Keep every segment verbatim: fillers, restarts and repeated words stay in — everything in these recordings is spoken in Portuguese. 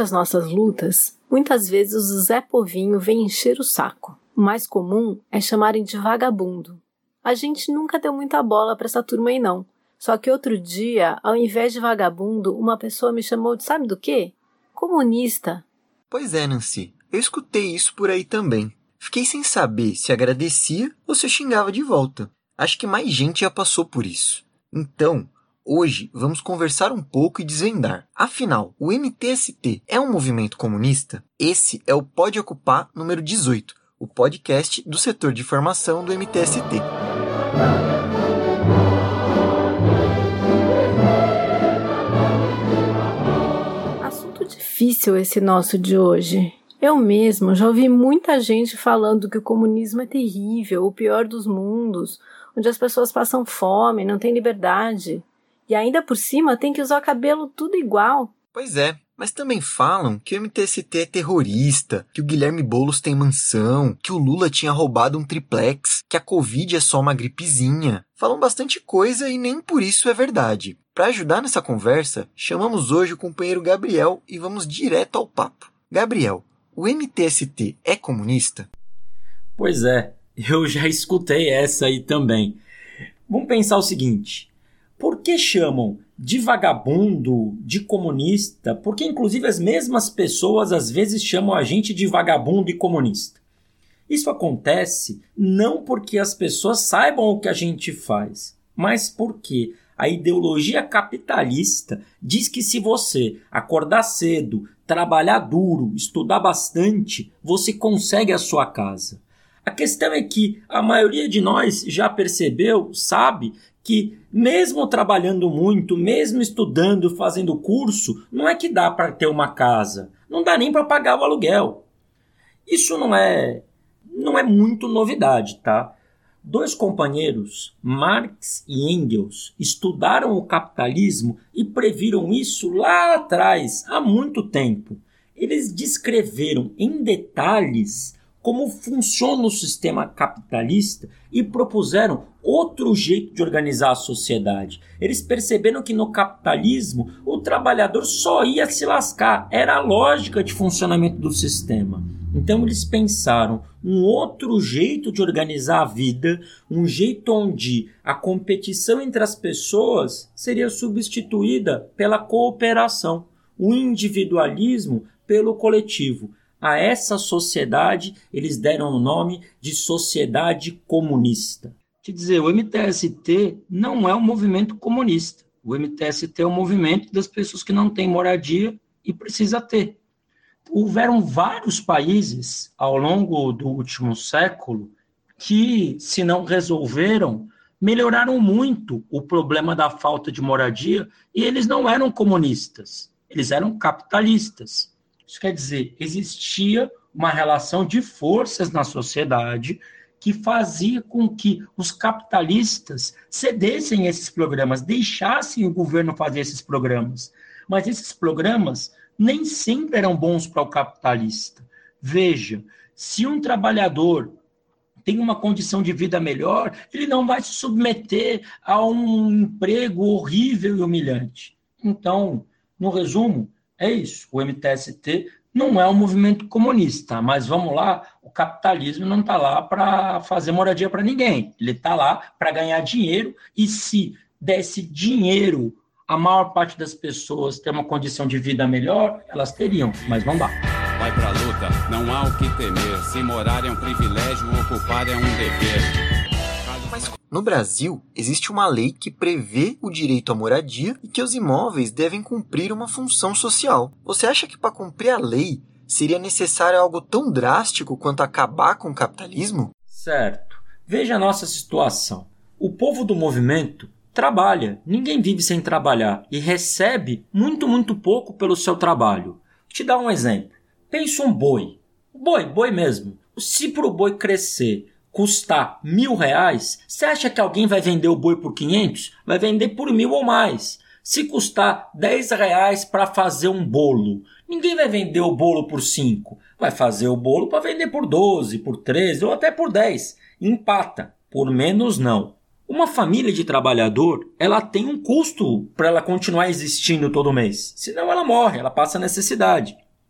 das nossas lutas, muitas vezes o Zé Povinho vem encher o saco. O mais comum é chamarem de vagabundo. A gente nunca deu muita bola pra essa turma aí não. Só que outro dia, ao invés de vagabundo, uma pessoa me chamou de sabe do quê? Comunista. Pois é, Nancy. Eu escutei isso por aí também. Fiquei sem saber se agradecia ou se xingava de volta. Acho que mais gente já passou por isso. Então, hoje vamos conversar um pouco e desvendar. Afinal, o M T S T é um movimento comunista? Esse é o Pode Ocupar número dezoito, o podcast do setor de formação do M T S T. Assunto difícil esse nosso de hoje. Eu mesmo já ouvi muita gente falando que o comunismo é terrível, o pior dos mundos, onde as pessoas passam fome, não têm liberdade. E ainda por cima tem que usar o cabelo tudo igual. Pois é, mas também falam que o M T S T é terrorista, que o Guilherme Boulos tem mansão, que o Lula tinha roubado um triplex, que a Covid é só uma gripezinha. Falam bastante coisa e nem por isso é verdade. Para ajudar nessa conversa, chamamos hoje o companheiro Gabriel e vamos direto ao papo. Gabriel, o M T S T é comunista? Pois é, eu já escutei essa aí também. Vamos pensar o seguinte, por que chamam de vagabundo, de comunista? Porque inclusive as mesmas pessoas às vezes chamam a gente de vagabundo e comunista. Isso acontece não porque as pessoas saibam o que a gente faz, mas porque a ideologia capitalista diz que se você acordar cedo, trabalhar duro, estudar bastante, você consegue a sua casa. A questão é que a maioria de nós já percebeu, sabe, que mesmo trabalhando muito, mesmo estudando, fazendo curso, não é que dá para ter uma casa, não dá nem para pagar o aluguel. Isso não é, não é muito novidade, tá? Dois companheiros, Marx e Engels, estudaram o capitalismo e previram isso lá atrás, há muito tempo. Eles descreveram em detalhes como funciona o sistema capitalista e propuseram outro jeito de organizar a sociedade. Eles perceberam que no capitalismo o trabalhador só ia se lascar, era a lógica de funcionamento do sistema. Então eles pensaram um outro jeito de organizar a vida, um jeito onde a competição entre as pessoas seria substituída pela cooperação, o individualismo pelo coletivo. A essa sociedade eles deram o nome de sociedade comunista. Quer dizer, o M T S T não é um movimento comunista. O M T S T é um movimento das pessoas que não têm moradia e precisa ter. Houveram vários países ao longo do último século que, se não resolveram, melhoraram muito o problema da falta de moradia e eles não eram comunistas, eles eram capitalistas. Isso quer dizer, existia uma relação de forças na sociedade que fazia com que os capitalistas cedessem esses programas, deixassem o governo fazer esses programas. Mas esses programas nem sempre eram bons para o capitalista. Veja, se um trabalhador tem uma condição de vida melhor, ele não vai se submeter a um emprego horrível e humilhante. Então, no resumo, é isso. O M T S T não é um movimento comunista, mas vamos lá, o capitalismo não está lá para fazer moradia para ninguém. Ele está lá para ganhar dinheiro e se desse dinheiro a maior parte das pessoas ter uma condição de vida melhor, elas teriam, mas vamos lá. Vai pra luta, não há o que temer. Se morar é um privilégio, ocupar é um dever. Mas no Brasil, existe uma lei que prevê o direito à moradia e que os imóveis devem cumprir uma função social. Você acha que para cumprir a lei seria necessário algo tão drástico quanto acabar com o capitalismo? Certo. Veja a nossa situação. O povo do movimento trabalha, ninguém vive sem trabalhar e recebe muito, muito pouco pelo seu trabalho. Vou te dar um exemplo. Pensa um boi. Boi, boi mesmo. Se para o boi crescer custar mil reais, você acha que alguém vai vender o boi por quinhentos? Vai vender por mil ou mais. Se custar dez reais para fazer um bolo, ninguém vai vender o bolo por cinco. Vai fazer o bolo para vender por doze, por treze ou até por dez. Empata. Por menos não. Uma família de trabalhador, ela tem um custo para ela continuar existindo todo mês. Senão ela morre, ela passa necessidade.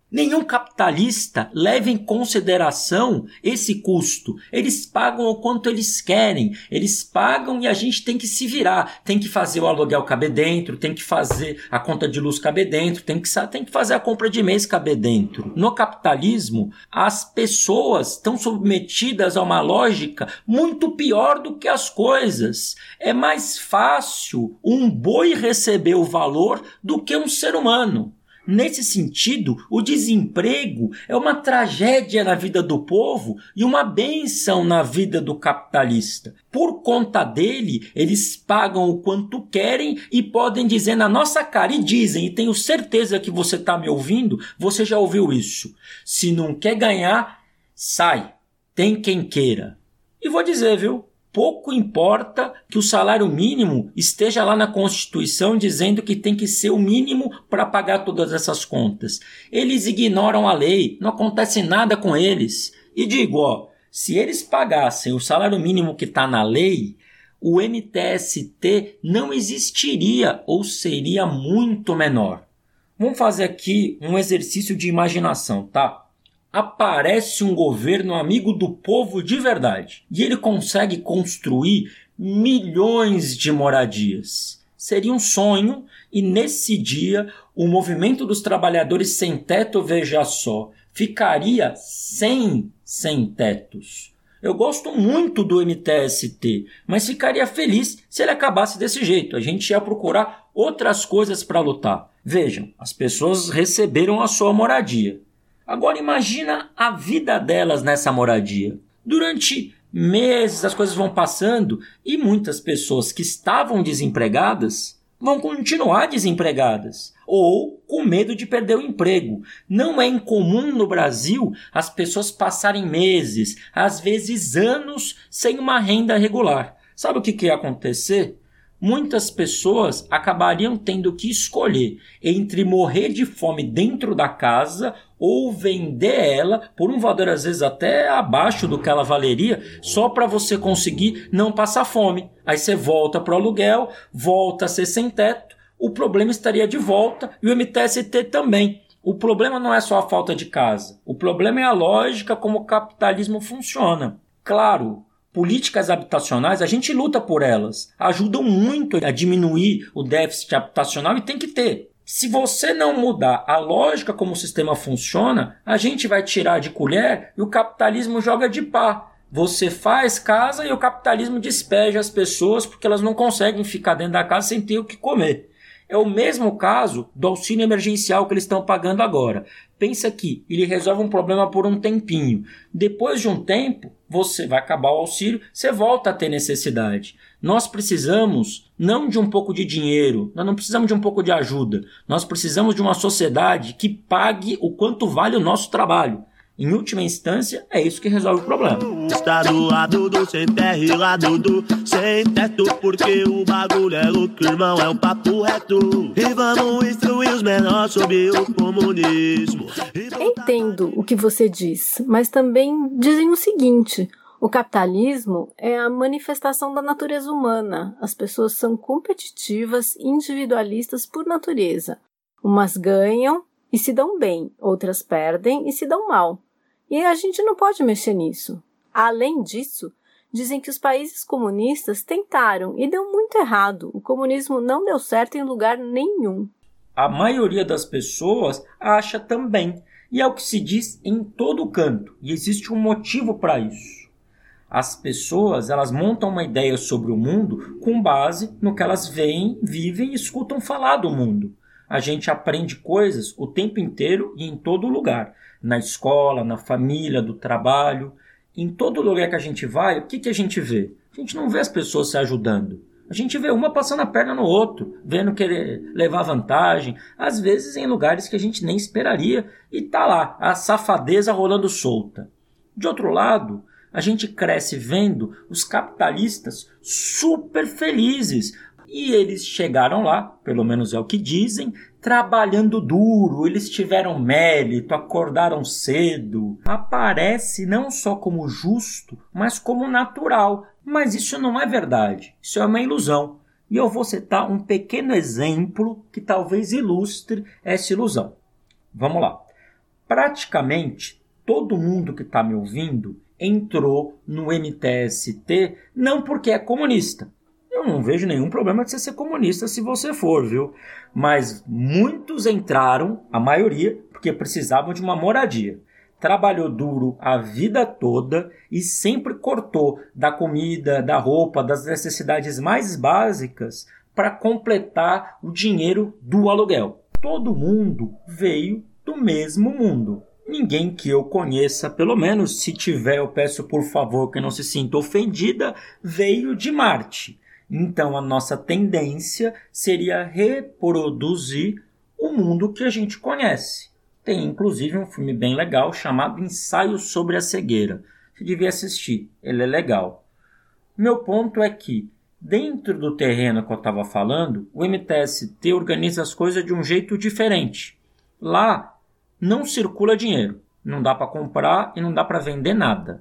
Nenhum capitalista leva em consideração esse custo. Eles pagam o quanto eles querem. Eles pagam e a gente tem que se virar. Tem que fazer o aluguel caber dentro, tem que fazer a conta de luz caber dentro, tem que, tem que fazer a compra de mês caber dentro. No capitalismo, as pessoas estão submetidas a uma lógica muito pior do que as coisas. É mais fácil um boi receber o valor do que um ser humano. Nesse sentido, o desemprego é uma tragédia na vida do povo e uma bênção na vida do capitalista. Por conta dele, eles pagam o quanto querem e podem dizer na nossa cara, e dizem, e tenho certeza que você está me ouvindo, você já ouviu isso. Se não quer ganhar, sai. Tem quem queira. E vou dizer, viu? Pouco importa que o salário mínimo esteja lá na Constituição dizendo que tem que ser o mínimo para pagar todas essas contas. Eles ignoram a lei, não acontece nada com eles. E digo, ó, se eles pagassem o salário mínimo que está na lei, o M T S T não existiria ou seria muito menor. Vamos fazer aqui um exercício de imaginação, tá? Aparece um governo amigo do povo de verdade e ele consegue construir milhões de moradias. Seria um sonho e nesse dia o movimento dos trabalhadores sem teto, veja só, ficaria sem sem tetos. Eu gosto muito do M T S T, mas ficaria feliz se ele acabasse desse jeito. A gente ia procurar outras coisas para lutar. Vejam, as pessoas receberam a sua moradia. Agora imagina a vida delas nessa moradia. Durante meses as coisas vão passando e muitas pessoas que estavam desempregadas vão continuar desempregadas ou com medo de perder o emprego. Não é incomum no Brasil as pessoas passarem meses, às vezes anos, sem uma renda regular. Sabe o que, que ia acontecer? Muitas pessoas acabariam tendo que escolher entre morrer de fome dentro da casa ou vender ela por um valor às vezes até abaixo do que ela valeria, só para você conseguir não passar fome. Aí você volta para o aluguel, volta a ser sem teto, o problema estaria de volta e o M T S T também. O problema não é só a falta de casa, o problema é a lógica como o capitalismo funciona. Claro, políticas habitacionais, a gente luta por elas, ajudam muito a diminuir o déficit habitacional e tem que ter. Se você não mudar a lógica como o sistema funciona, a gente vai tirar de colher e o capitalismo joga de pá. Você faz casa e o capitalismo despeja as pessoas porque elas não conseguem ficar dentro da casa sem ter o que comer. É o mesmo caso do auxílio emergencial que eles estão pagando agora. Pensa que ele resolve um problema por um tempinho. Depois de um tempo, você vai acabar o auxílio, você volta a ter necessidade. Nós precisamos não de um pouco de dinheiro, nós não precisamos de um pouco de ajuda. Nós precisamos de uma sociedade que pague o quanto vale o nosso trabalho. Em última instância, é isso que resolve o problema. Está do lado do sem terra e lado do sem teto, porque o bagulho é louco, irmão, é um papo reto. E vamos instruir os menores sobre o comunismo. Entendo o que você diz, mas também dizem o seguinte: o capitalismo é a manifestação da natureza humana. As pessoas são competitivas e individualistas por natureza. Umas ganham e se dão bem, outras perdem e se dão mal. E a gente não pode mexer nisso. Além disso, dizem que os países comunistas tentaram e deu muito errado. O comunismo não deu certo em lugar nenhum. A maioria das pessoas acha também. E é o que se diz em todo canto. E existe um motivo para isso. As pessoas, elas montam uma ideia sobre o mundo com base no que elas veem, vivem e escutam falar do mundo. A gente aprende coisas o tempo inteiro e em todo lugar. Na escola, na família, do trabalho. Em todo lugar que a gente vai, o que, que a gente vê? A gente não vê as pessoas se ajudando. A gente vê uma passando a perna no outro, vendo querer levar vantagem. Às vezes em lugares que a gente nem esperaria. E tá lá, a safadeza rolando solta. De outro lado, a gente cresce vendo os capitalistas super felizes. E eles chegaram lá, pelo menos é o que dizem, trabalhando duro, eles tiveram mérito, acordaram cedo. Aparece não só como justo, mas como natural. Mas isso não é verdade, isso é uma ilusão. E eu vou citar um pequeno exemplo que talvez ilustre essa ilusão. Vamos lá. praticamente todo mundo que está me ouvindo entrou no M T S T não porque é comunista. Eu não vejo nenhum problema de você ser comunista se você for, viu? Mas muitos entraram, a maioria, porque precisavam de uma moradia. Trabalhou duro a vida toda e sempre cortou da comida, da roupa, das necessidades mais básicas para completar o dinheiro do aluguel. Todo mundo veio do mesmo mundo. Ninguém que eu conheça, pelo menos se tiver, eu peço por favor que não se sinta ofendida, veio de Marte. Então a nossa tendência seria reproduzir o mundo que a gente conhece. Tem inclusive um filme bem legal chamado Ensaio sobre a Cegueira. Você devia assistir, ele é legal. Meu ponto é que, dentro do terreno que eu estava falando, o M T S T organiza as coisas de um jeito diferente. Lá não circula dinheiro, não dá para comprar e não dá para vender nada.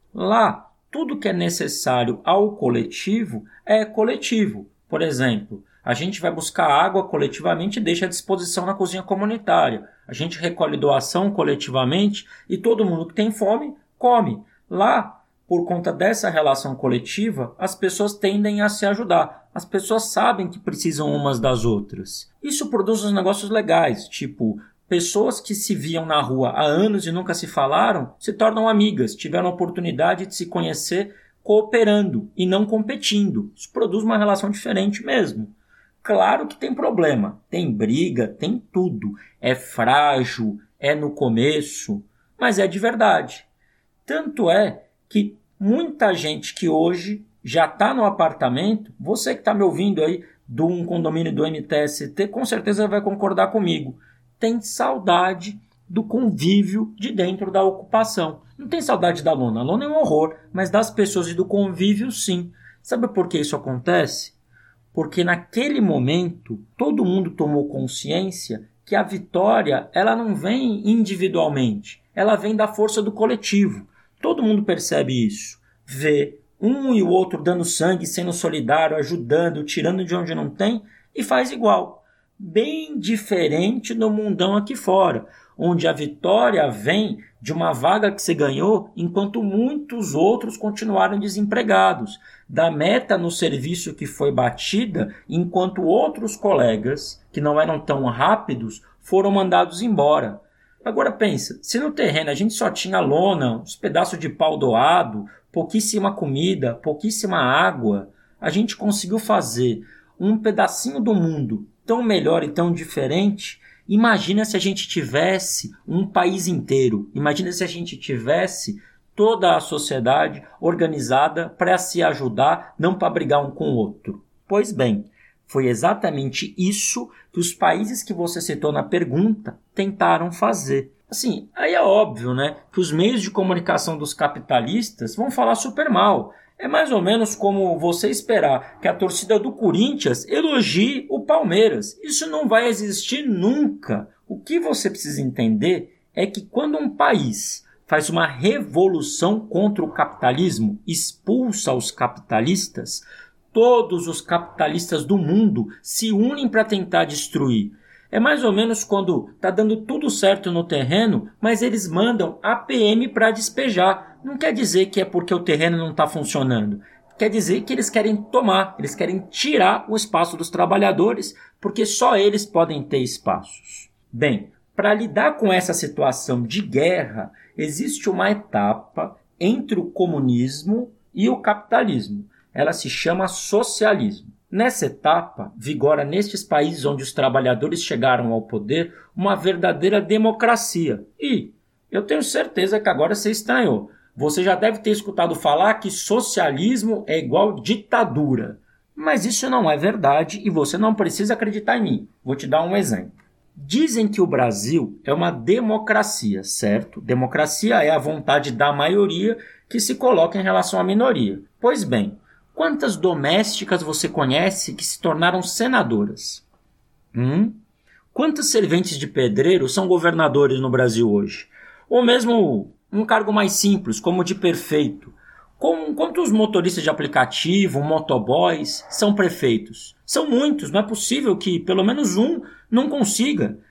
Lá, tudo que é necessário ao coletivo é coletivo. Por exemplo, a gente vai buscar água coletivamente e deixa à disposição na cozinha comunitária. A gente recolhe doação coletivamente e todo mundo que tem fome, come. Lá, por conta dessa relação coletiva, as pessoas tendem a se ajudar. As pessoas sabem que precisam umas das outras. Isso produz uns negócios legais, tipo, pessoas que se viam na rua há anos e nunca se falaram, se tornam amigas, tiveram a oportunidade de se conhecer cooperando e não competindo. Isso produz uma relação diferente mesmo. Claro que tem problema, tem briga, tem tudo. É frágil, é no começo, mas é de verdade. Tanto é que muita gente que hoje já está no apartamento, você que está me ouvindo aí de um condomínio do M T S T, com certeza vai concordar comigo. Tem saudade do convívio de dentro da ocupação. Não tem saudade da lona. A lona é um horror, mas das pessoas e do convívio, sim. Sabe por que isso acontece? Porque naquele momento, todo mundo tomou consciência que a vitória ela não vem individualmente. Ela vem da força do coletivo. Todo mundo percebe isso. Vê um e o outro dando sangue, sendo solidário, ajudando, tirando de onde não tem e faz igual. Bem diferente no mundão aqui fora, onde a vitória vem de uma vaga que você ganhou, enquanto muitos outros continuaram desempregados, da meta no serviço que foi batida, enquanto outros colegas, que não eram tão rápidos, foram mandados embora. Agora pensa, se no terreno a gente só tinha lona, uns pedaços de pau doado, pouquíssima comida, pouquíssima água, a gente conseguiu fazer um pedacinho do mundo tão melhor e tão diferente. Imagina se a gente tivesse um país inteiro. Imagina se a gente tivesse toda a sociedade organizada para se ajudar, não para brigar um com o outro. Pois bem, foi exatamente isso que os países que você citou na pergunta tentaram fazer. Assim, aí é óbvio, né, que os meios de comunicação dos capitalistas vão falar super mal. É mais ou menos como você esperar que a torcida do Corinthians elogie o Palmeiras. Isso não vai existir nunca. O que você precisa entender é que quando um país faz uma revolução contra o capitalismo, expulsa os capitalistas, todos os capitalistas do mundo se unem para tentar destruir. É mais ou menos quando está dando tudo certo no terreno, mas eles mandam a P M para despejar. Não quer dizer que é porque o terreno não está funcionando. Quer dizer que eles querem tomar, eles querem tirar o espaço dos trabalhadores, porque só eles podem ter espaços. Bem, para lidar com essa situação de guerra, existe uma etapa entre o comunismo e o capitalismo. Ela se chama socialismo. Nessa etapa, vigora nestes países onde os trabalhadores chegaram ao poder uma verdadeira democracia. E eu tenho certeza que agora você estranhou. Você já deve ter escutado falar que socialismo é igual ditadura. Mas isso não é verdade e você não precisa acreditar em mim. Vou te dar um exemplo. Dizem que o Brasil é uma democracia, certo? Democracia é a vontade da maioria que se coloca em relação à minoria. Pois bem, quantas domésticas você conhece que se tornaram senadoras? Hum? Quantos serventes de pedreiro são governadores no Brasil hoje? Ou mesmo um cargo mais simples, como o de prefeito. Com, quantos motoristas de aplicativo, motoboys, são prefeitos? São muitos, não é possível que pelo menos um não consiga.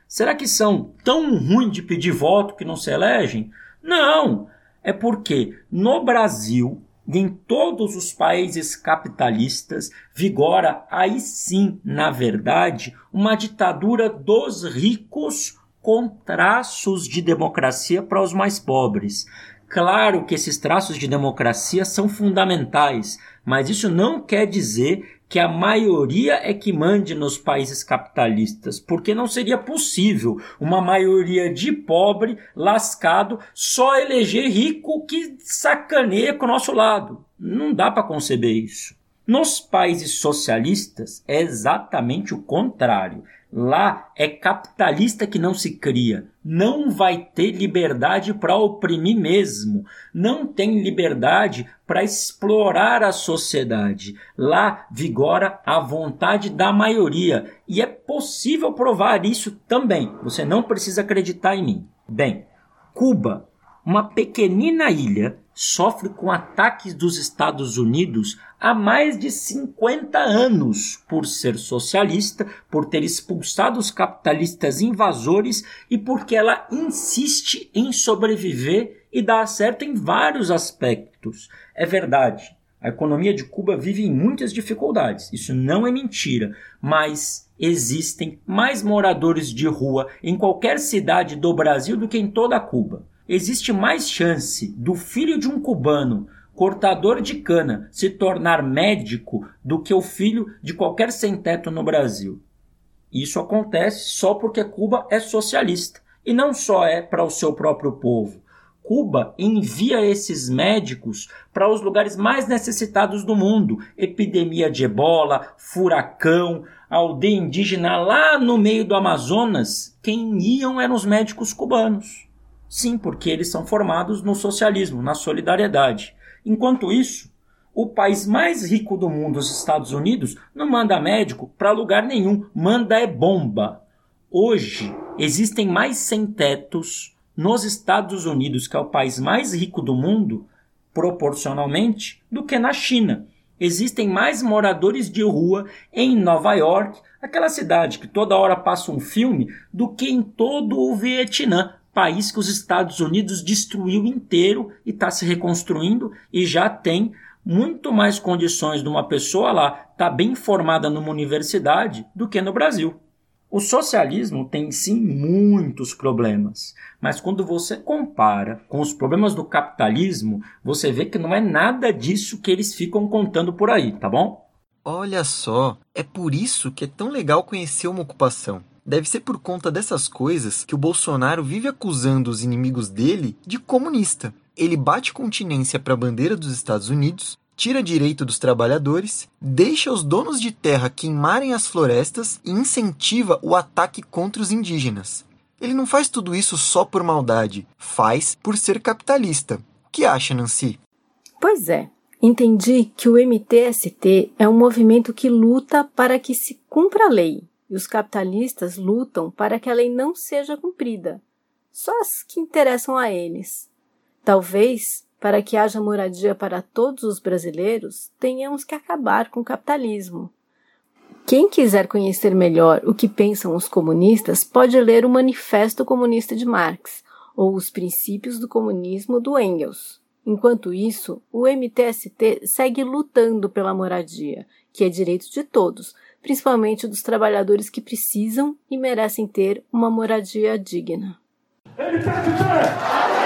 Será que são tão ruins de pedir voto que não se elegem? Não, é porque no Brasil e em todos os países capitalistas vigora aí sim, na verdade, uma ditadura dos ricos com traços de democracia para os mais pobres. Claro que esses traços de democracia são fundamentais, mas isso não quer dizer que a maioria é que mande nos países capitalistas, porque não seria possível uma maioria de pobre, lascado, só eleger rico que sacaneia com o nosso lado. Não dá para conceber isso. Nos países socialistas é exatamente o contrário. Lá é capitalista que não se cria, não vai ter liberdade para oprimir mesmo, não tem liberdade para explorar a sociedade. Lá vigora a vontade da maioria e é possível provar isso também, você não precisa acreditar em mim. Bem, Cuba, uma pequenina ilha, sofre com ataques dos Estados Unidos há mais de cinquenta anos por ser socialista, por ter expulsado os capitalistas invasores e porque ela insiste em sobreviver e dar certo em vários aspectos. É verdade, a economia de Cuba vive em muitas dificuldades, isso não é mentira, mas existem mais moradores de rua em qualquer cidade do Brasil do que em toda Cuba. Existe mais chance do filho de um cubano, cortador de cana, se tornar médico do que o filho de qualquer sem-teto no Brasil. Isso acontece só porque Cuba é socialista. E não só é para o seu próprio povo. Cuba envia esses médicos para os lugares mais necessitados do mundo. Epidemia de ebola, furacão, aldeia indígena lá no meio do Amazonas. Quem iam eram os médicos cubanos. Sim, porque eles são formados no socialismo, na solidariedade. Enquanto isso, o país mais rico do mundo, os Estados Unidos, não manda médico para lugar nenhum, manda é bomba. Hoje, existem mais sem-tetos nos Estados Unidos, que é o país mais rico do mundo, proporcionalmente, do que na China. Existem mais moradores de rua em Nova York, aquela cidade que toda hora passa um filme, do que em todo o Vietnã. País que os Estados Unidos destruiu inteiro e está se reconstruindo e já tem muito mais condições de uma pessoa lá estar bem formada numa universidade do que no Brasil. O socialismo tem sim muitos problemas, mas quando você compara com os problemas do capitalismo, você vê que não é nada disso que eles ficam contando por aí, tá bom? Olha só, é por isso que é tão legal conhecer uma ocupação. Deve ser por conta dessas coisas que o Bolsonaro vive acusando os inimigos dele de comunista. Ele bate continência para a bandeira dos Estados Unidos, tira direito dos trabalhadores, deixa os donos de terra queimarem as florestas e incentiva o ataque contra os indígenas. Ele não faz tudo isso só por maldade, faz por ser capitalista. O que acha, Nancy? Pois é. Entendi que o M T S T é um movimento que luta para que se cumpra a lei. E os capitalistas lutam para que a lei não seja cumprida, só as que interessam a eles. Talvez, para que haja moradia para todos os brasileiros, tenhamos que acabar com o capitalismo. Quem quiser conhecer melhor o que pensam os comunistas pode ler o Manifesto Comunista de Marx ou os Princípios do Comunismo do Engels. Enquanto isso, o M T S T segue lutando pela moradia, que é direito de todos, principalmente dos trabalhadores que precisam e merecem ter uma moradia digna. M T S T!